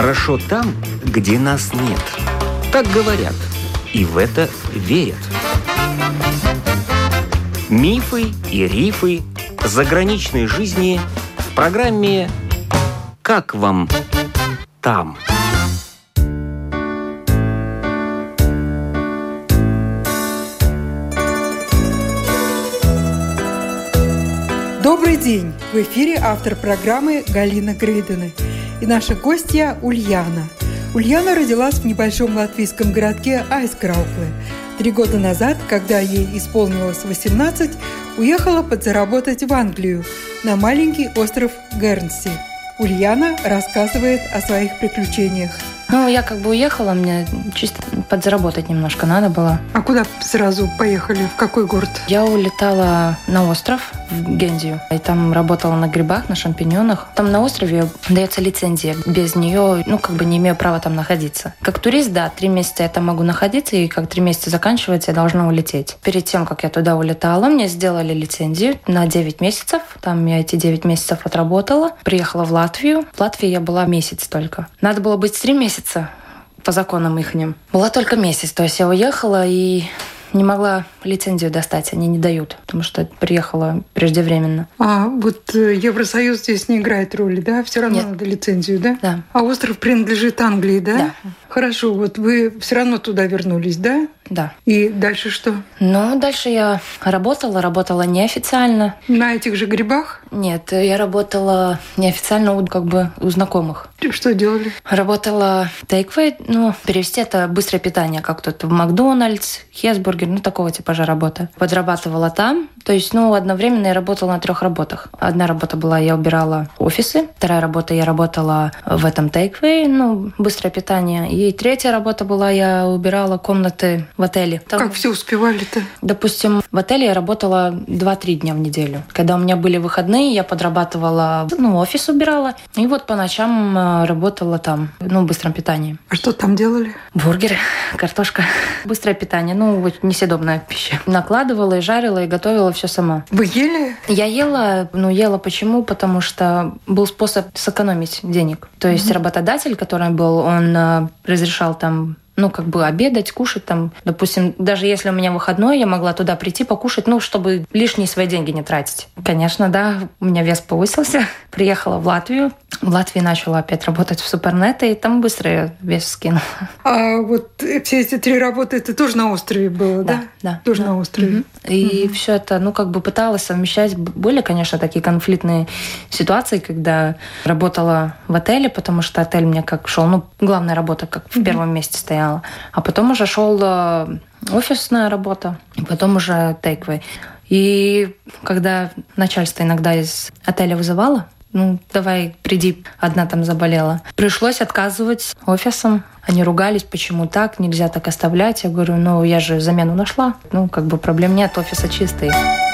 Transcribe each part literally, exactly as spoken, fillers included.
Хорошо там, где нас нет. Так говорят, и в это верят. Мифы и рифы заграничной жизни в программе «Как вам там?». Добрый день! В эфире автор программы Галина Грейдена и наша гостья Ульяна. Ульяна родилась в небольшом латвийском городке Айскраукле. Три года назад, когда ей исполнилось восемнадцать, уехала подзаработать в Англию на маленький остров Гернси. Ульяна рассказывает о своих приключениях. Ну, я как бы уехала, мне чисто подзаработать немножко надо было. А куда сразу поехали? В какой город? Я улетала на остров, в Гензию. И там работала на грибах, на шампиньонах. Там на острове дается лицензия. Без нее, ну, как бы не имею права там находиться. Как турист, да, три месяца я там могу находиться, и как три месяца заканчивается, я должна улететь. Перед тем, как я туда улетала, мне сделали лицензию на девять месяцев. Там я эти девять месяцев отработала. Приехала в Латвию. В Латвии я была месяц только. Надо было быть три месяца по законам ихним. Была только месяц. То есть я уехала и не могла лицензию достать. Они не дают, потому что приехала преждевременно. А вот Евросоюз здесь не играет роли, да? Все равно Нет. надо лицензию, да? Да. А остров принадлежит Англии, да? Да. Хорошо, вот вы все равно туда вернулись, да? Да. И дальше что? Ну, дальше я работала, работала неофициально. На этих же грибах? Нет, я работала неофициально у, как бы у знакомых. Что делали? Работала тейквей, ну, перевести это быстрое питание, как тут в Макдональдс, Хесбургер, ну, такого типажа работа. Подрабатывала там. То есть, ну, одновременно я работала на трех работах. Одна работа была, я убирала офисы. Вторая работа, я работала в этом тейквей, ну, быстрое питание. И третья работа была, я убирала комнаты в отеле. Там, как все успевали-то? Допустим, в отеле я работала два-три дня в неделю. Когда у меня были выходные, я подрабатывала, ну, офис убирала. И вот по ночам работала там, ну, в быстром питании. А что там делали? Бургеры, картошка. Быстрое питание, ну, вот несъедобная пища. Накладывала и жарила, и готовила все сама. Вы ели? Я ела, ну, ела почему? Потому что был способ сэкономить денег. То есть mm-hmm. работодатель, который был, он разрешал там, ну, как бы обедать, кушать там. Допустим, даже если у меня выходной, я могла туда прийти, покушать, ну, чтобы лишние свои деньги не тратить. Конечно, да, у меня вес повысился. Приехала в Латвию. В Латвии начала опять работать в Супернете, и там быстро я вес скинула. А вот все эти три работы, это тоже на острове было, да? Да, да. Тоже да. на острове. Угу. И угу. все это, ну, как бы пыталась совмещать. Были, конечно, такие конфликтные ситуации, когда работала в отеле, потому что отель мне как шел, ну, главная работа как в первом месте стояла. А потом уже шел офисная работа, и потом уже тейквей. И когда начальство иногда из отеля вызывало, ну, давай, приди, одна там заболела. Пришлось отказывать офисам. Они ругались, почему так, нельзя так оставлять. Я говорю, ну, я же замену нашла. Ну, как бы проблем нет, офиса чистый.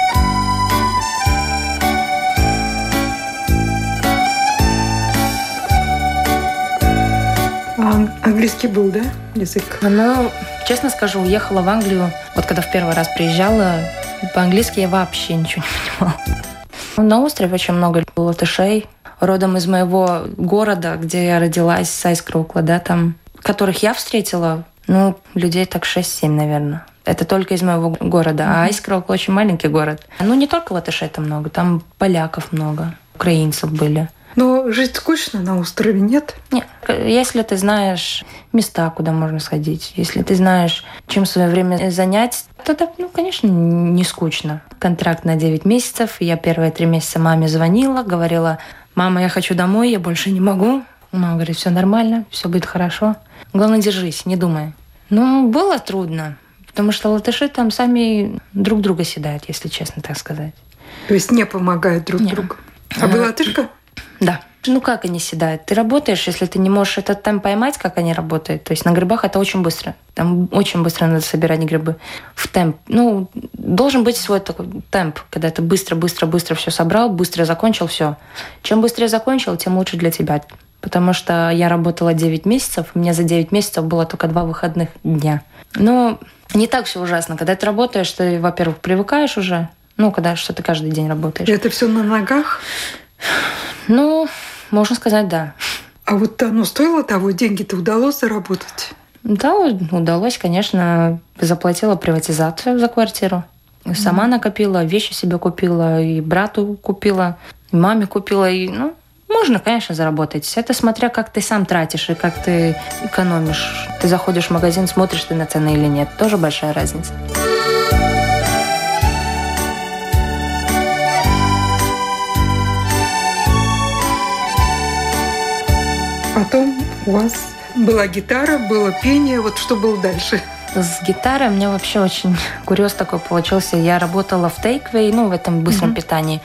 А английский был, да, язык? Ну, честно скажу, уехала в Англию. Вот когда в первый раз приезжала, по-английски я вообще ничего не понимала. На острове очень много латышей, родом из моего города, где я родилась, с Айскраукла, да, там, которых я встретила, ну, людей так шесть-семь, наверное. Это только из моего города. Mm-hmm. А Айскраукла очень маленький город. Ну, не только латышей там много, там поляков много, украинцев были. Но жить скучно на острове, нет? Нет. Если ты знаешь места, куда можно сходить, если ты знаешь, чем свое время занять, тогда, ну, конечно, не скучно. Контракт на девять месяцев. Я первые три месяца маме звонила, говорила, мама, я хочу домой, я больше не могу. Мама говорит, все нормально, все будет хорошо. Главное, держись, не думай. Ну, было трудно, потому что латыши там сами друг друга съедают, если честно так сказать. То есть не помогают друг Нет. другу? А вы латышка? Да. Ну, как они седают? Ты работаешь, если ты не можешь этот темп поймать, как они работают. То есть на грибах это очень быстро. Там очень быстро надо собирать грибы в темп. Ну, должен быть свой такой темп, когда ты быстро-быстро-быстро все собрал, быстро закончил все. Чем быстрее закончил, тем лучше для тебя. Потому что я работала девять месяцев, у меня за девять месяцев было только два выходных дня. Но не так все ужасно. Когда ты работаешь, ты, во-первых, привыкаешь уже. Ну, когда что ты каждый день работаешь. И это все на ногах? Ну, можно сказать, да. А вот оно стоило того? Деньги-то удалось заработать? Да, удалось, конечно. Заплатила приватизацию за квартиру. Сама mm-hmm. накопила, вещи себе купила, и брату купила, и маме купила. И, ну, можно, конечно, заработать. Это смотря, как ты сам тратишь и как ты экономишь. Ты заходишь в магазин, смотришь ты на цены или нет. Тоже большая разница. Потом у вас была гитара, было пение. Вот что было дальше? С гитарой у меня вообще очень курьез такой получился. Я работала в Takeaway, ну, в этом быстром mm-hmm. питании.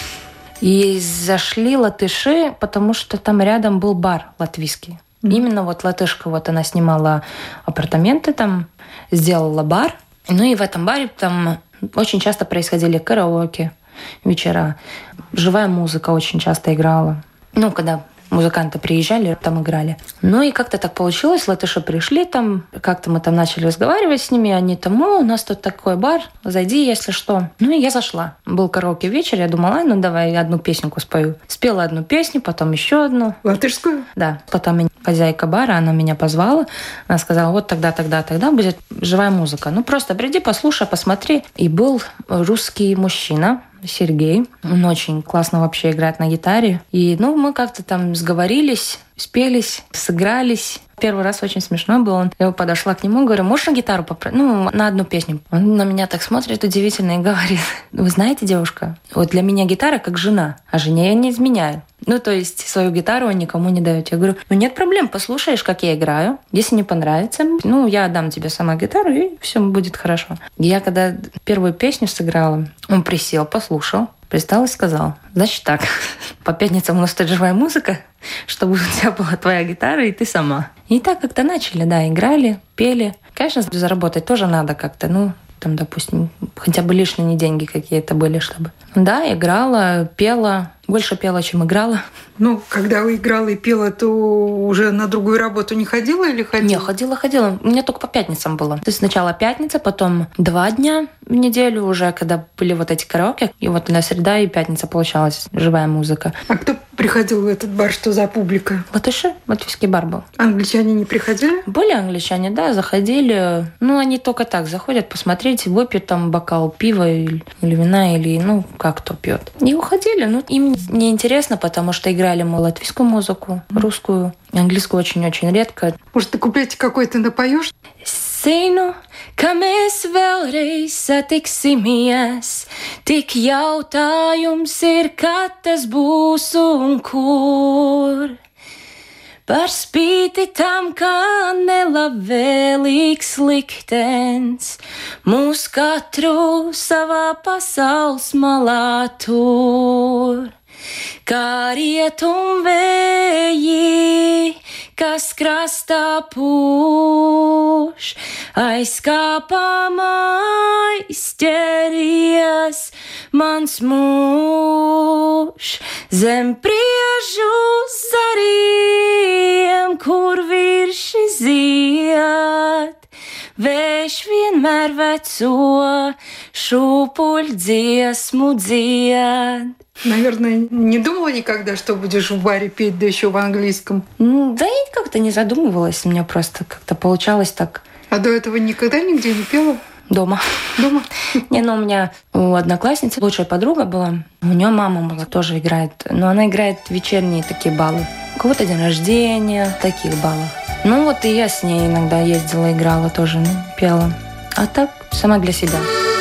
И зашли латыши, потому что там рядом был бар латвийский. Mm-hmm. Именно вот латышка, вот она снимала апартаменты там, сделала бар. Ну и в этом баре там очень часто происходили караоке вечера. Живая музыка очень часто играла. Ну, когда музыканты приезжали, там играли. Ну и как-то так получилось, латыши пришли там, как-то мы там начали разговаривать с ними, они там, о, у нас тут такой бар, зайди, если что. Ну и я зашла. Был караоке вечер, я думала, ну давай одну песенку спою. Спела одну песню, потом еще одну. Латышскую? Да. Потом хозяйка бара, она меня позвала, она сказала, вот тогда, тогда, тогда будет живая музыка. Ну просто приди, послушай, посмотри. И был русский мужчина, Сергей. Он очень классно вообще играет на гитаре. И, ну, мы как-то там сговорились, спелись, сыгрались. Первый раз очень смешно было. Я подошла к нему, говорю, можешь на гитару попросить? Ну, на одну песню. Он на меня так смотрит удивительно и говорит, вы знаете, девушка, вот для меня гитара как жена, а жене я не изменяю. Ну, то есть свою гитару он никому не дает. Я говорю, ну нет проблем, послушаешь, как я играю. Если не понравится, ну, я отдам тебе сама гитару, и все будет хорошо. Я когда первую песню сыграла, он присел, послушал, пристал и сказал, значит так, по пятницам у нас тут живая музыка, чтобы у тебя была твоя гитара и ты сама. И так как-то начали, да, играли, пели. Конечно, заработать тоже надо как-то, ну, там, допустим, хотя бы лишние деньги какие-то были, чтобы... Да, играла, пела, больше пела, чем играла. Ну, когда вы играла и пела, то уже на другую работу не ходила или ходила? Не, ходила, ходила. У меня только по пятницам было. То есть сначала пятница, потом два дня в неделю уже, когда были вот эти караоке. И вот на среда и пятница получалась живая музыка. А кто приходил в этот бар? Что за публика? Латыши. Латвийский бар был. Англичане не приходили? Были англичане, да, заходили. Ну, они только так заходят посмотреть, выпьют там бокал пива или, или вина, или, ну, как кто пьет. И уходили. Ну, им неинтересно, потому что играли мы латвийскую музыку, русскую, английскую очень-очень редко. Может, ты куплетик какой-то напоешь? Zinu, ka mēs vēlreiz satiksimies, tik jautājums ir, kad tas būs un kur. Par spīti tam, kā nelabvēlīgs liktenis, mūs katru savā pasaules malā tur. Kā rietum vēji, kas krastā pūš, aizkāpamā izķeries mans mūž. Zem priežu zariem, kur virši zied, vējš vienmēr veco šūpuļu dziesmu dzied. Наверное, не думала никогда, что будешь в баре петь, да еще в английском? Да я как-то не задумывалась. У меня просто как-то получалось так. А до этого никогда нигде не пела? Дома. Дома? Не, ну у меня у одноклассницы лучшая подруга была. У нее мама была, тоже играет. Но она играет вечерние такие баллы. У кого-то день рождения, таких баллов. Ну вот и я с ней иногда ездила, играла тоже, ну, пела. А так, сама для себя.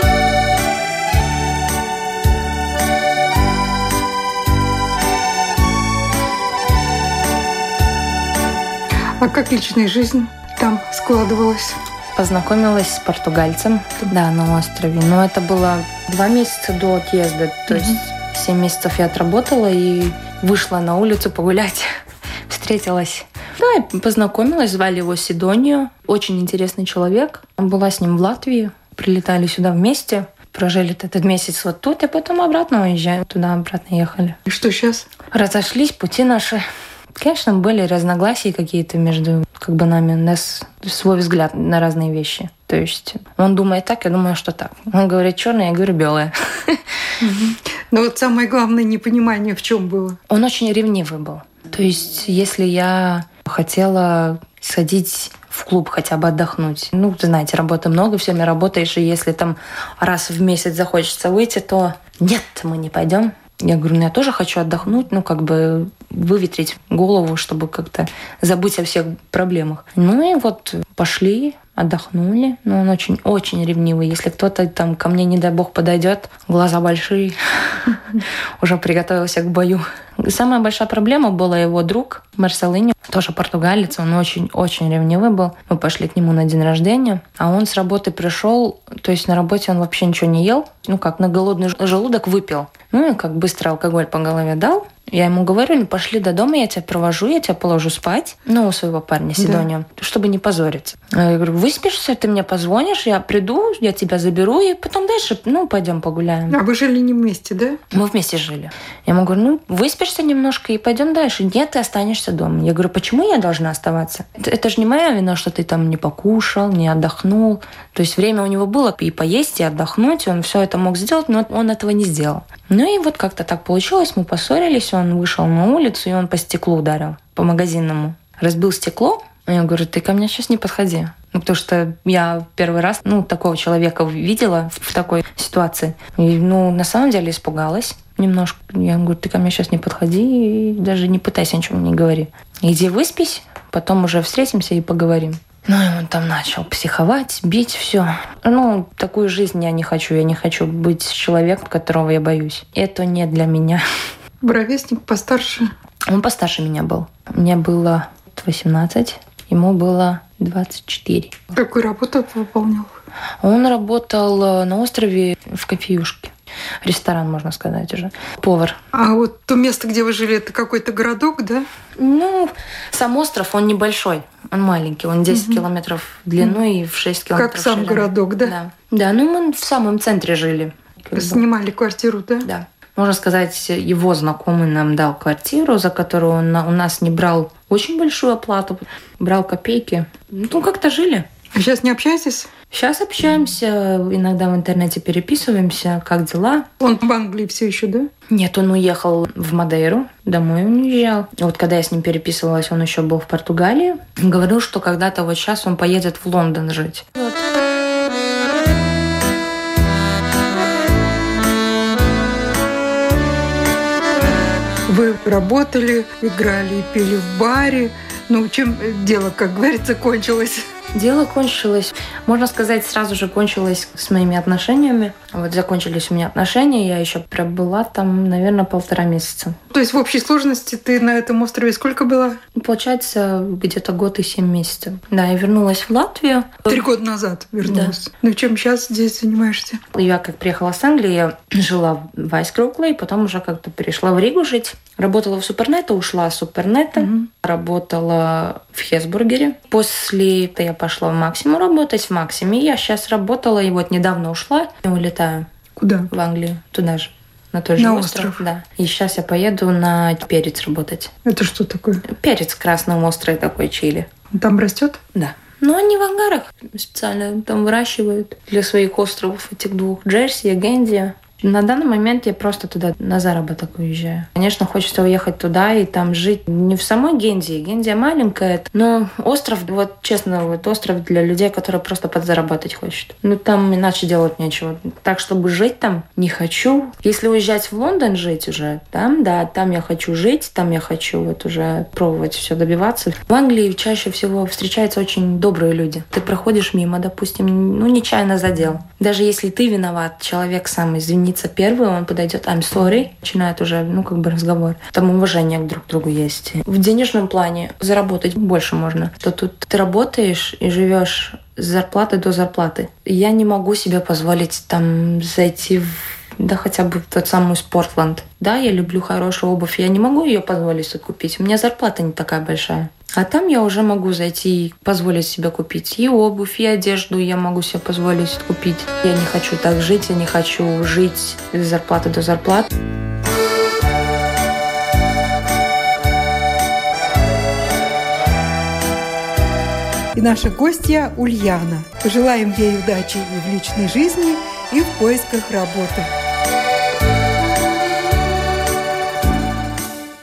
А как личная жизнь там складывалась? Познакомилась с португальцем, да, на острове. Но это было два месяца до отъезда. То mm-hmm. есть семь месяцев я отработала и вышла на улицу погулять. Встретилась. Да, и познакомилась, звали его Сидонию. Очень интересный человек. Была с ним в Латвии. Прилетали сюда вместе. Прожили этот месяц вот тут, и потом обратно уезжаем. Туда-обратно ехали. И что сейчас? Разошлись пути наши. Конечно, были разногласия какие-то между как бы нами. У нас свой взгляд на разные вещи. То есть он думает так, я думаю, что так. Он говорит черное, я говорю белое. Но вот самое главное непонимание в чем было? Он очень ревнивый был. То есть, если я хотела сходить в клуб хотя бы отдохнуть. Ну, знаете, работы много, все время работаешь, и если там раз в месяц захочется выйти, то нет, мы не пойдем. Я говорю, ну я тоже хочу отдохнуть, ну как бы выветрить голову, чтобы как-то забыть о всех проблемах. Ну и вот пошли, отдохнули. Но он очень-очень ревнивый. Если кто-то там ко мне, не дай бог, подойдет, глаза большие, уже приготовился к бою. Самая большая проблема была его друг Марселиньо, тоже португалец, он очень-очень ревнивый был. Мы пошли к нему на день рождения, а он с работы пришел, то есть на работе он вообще ничего не ел, ну как, на голодный желудок выпил. Ну и как быстро алкоголь по голове дал. Я ему говорю, ну пошли до дома, я тебя провожу, я тебя положу спать. Ну, у своего парня Сидонио, да, чтобы не позориться. Я говорю, выспишься, ты мне позвонишь, я приду, я тебя заберу, и потом дальше, ну, пойдем погуляем. А вы жили не вместе, да? Мы вместе жили. Я ему говорю, ну, выспишься немножко и пойдем дальше. Нет, ты останешься дома. Я говорю, почему я должна оставаться? Это, это же не моя вина, что ты там не покушал, не отдохнул. То есть время у него было и поесть, и отдохнуть, он все это мог сделать, но он этого не сделал. Ну и вот как-то так получилось, мы поссорились, он вышел на улицу, и он по стеклу ударил, по магазинному. Разбил стекло, я говорю, ты ко мне сейчас не подходи. Ну, потому что я первый раз, ну, такого человека видела в, в такой ситуации. И, ну, на самом деле испугалась немножко. Я говорю, ты ко мне сейчас не подходи, и даже не пытайся ничего не говори. Иди выспись, потом уже встретимся и поговорим. Ну, и он там начал психовать, бить, все. Ну, такую жизнь я не хочу. Я не хочу быть человеком, которого я боюсь. Это не для меня. Ровесник постарше? Он постарше меня был. Мне было восемнадцать, ему было двадцать четыре. Какую работу он выполнял? Он работал на острове в кофеюшке. Ресторан, можно сказать уже. Повар. А вот то место, где вы жили, это какой-то городок, да? Ну, сам остров, он небольшой. Он маленький. Он десять угу. километров в длину угу. и в шесть километров как сам ширину. Городок, да? Да. Да, ну мы в самом центре жили. Снимали квартиру, да? Да. Можно сказать, его знакомый нам дал квартиру, за которую он у нас не брал очень большую оплату, брал копейки. Ну, как-то жили. А сейчас не общаетесь? Сейчас общаемся, иногда в интернете переписываемся, как дела. Он в Англии все еще, да? Нет, он уехал в Мадейру, домой он уезжал. Вот когда я с ним переписывалась, он еще был в Португалии. Говорил, что когда-то вот сейчас он поедет в Лондон жить. Вот. Вы работали, играли и пели в баре. Ну, чем дело, как говорится, кончилось? Дело кончилось, можно сказать, сразу же кончилось с моими отношениями. Вот закончились у меня отношения, я еще пробыла там, наверное, полтора месяца. То есть в общей сложности ты на этом острове сколько была? Получается, где-то год и семь месяцев. Да, я вернулась в Латвию. Три года назад вернулась. Да. Ну, чем сейчас здесь занимаешься? Я как приехала с Англии, я жила в Айскроукле, потом уже как-то перешла в Ригу жить. Работала в Супернете, ушла с Супернета. Угу. Работала в Хесбургере. После этого я пошла в Максиму работать. В Максиме я сейчас работала, и вот недавно ушла. И улетаю. Куда? В Англию. Туда же. На тот же на остров. остров. Да. И сейчас я поеду на перец работать. Это что такое? Перец в красном острове такой, чили. Там растет? Да. Но они в ангарах специально там выращивают для своих островов этих двух. Джерси и Гензия. На данный момент я просто туда на заработок уезжаю. Конечно, хочется уехать туда и там жить не в самой Гензии. Гензия маленькая, но остров, вот честно, вот остров для людей, которые просто подзаработать хочет. Ну там иначе делать нечего. Так, чтобы жить там, не хочу. Если уезжать в Лондон жить уже, там, да, там я хочу жить, там я хочу вот уже пробовать все добиваться. В Англии чаще всего встречаются очень добрые люди. Ты проходишь мимо, допустим, ну нечаянно задел. Даже если ты виноват, человек сам извинится первый, он подойдет I'm sorry, начинает уже, ну, как бы разговор. Там уважение друг к другу есть. В денежном плане заработать больше можно. То тут ты работаешь и живешь с зарплаты до зарплаты. Я не могу себе позволить там зайти в да хотя бы в тот самый Спортланд. Да, я люблю хорошую обувь, я не могу ее позволить себе купить. У меня зарплата не такая большая. А там я уже могу зайти и позволить себе купить и обувь, и одежду я могу себе позволить купить. Я не хочу так жить, я не хочу жить с зарплаты до зарплаты. И наша гостья Ульяна. Пожелаем ей удачи и в личной жизни, и в поисках работы.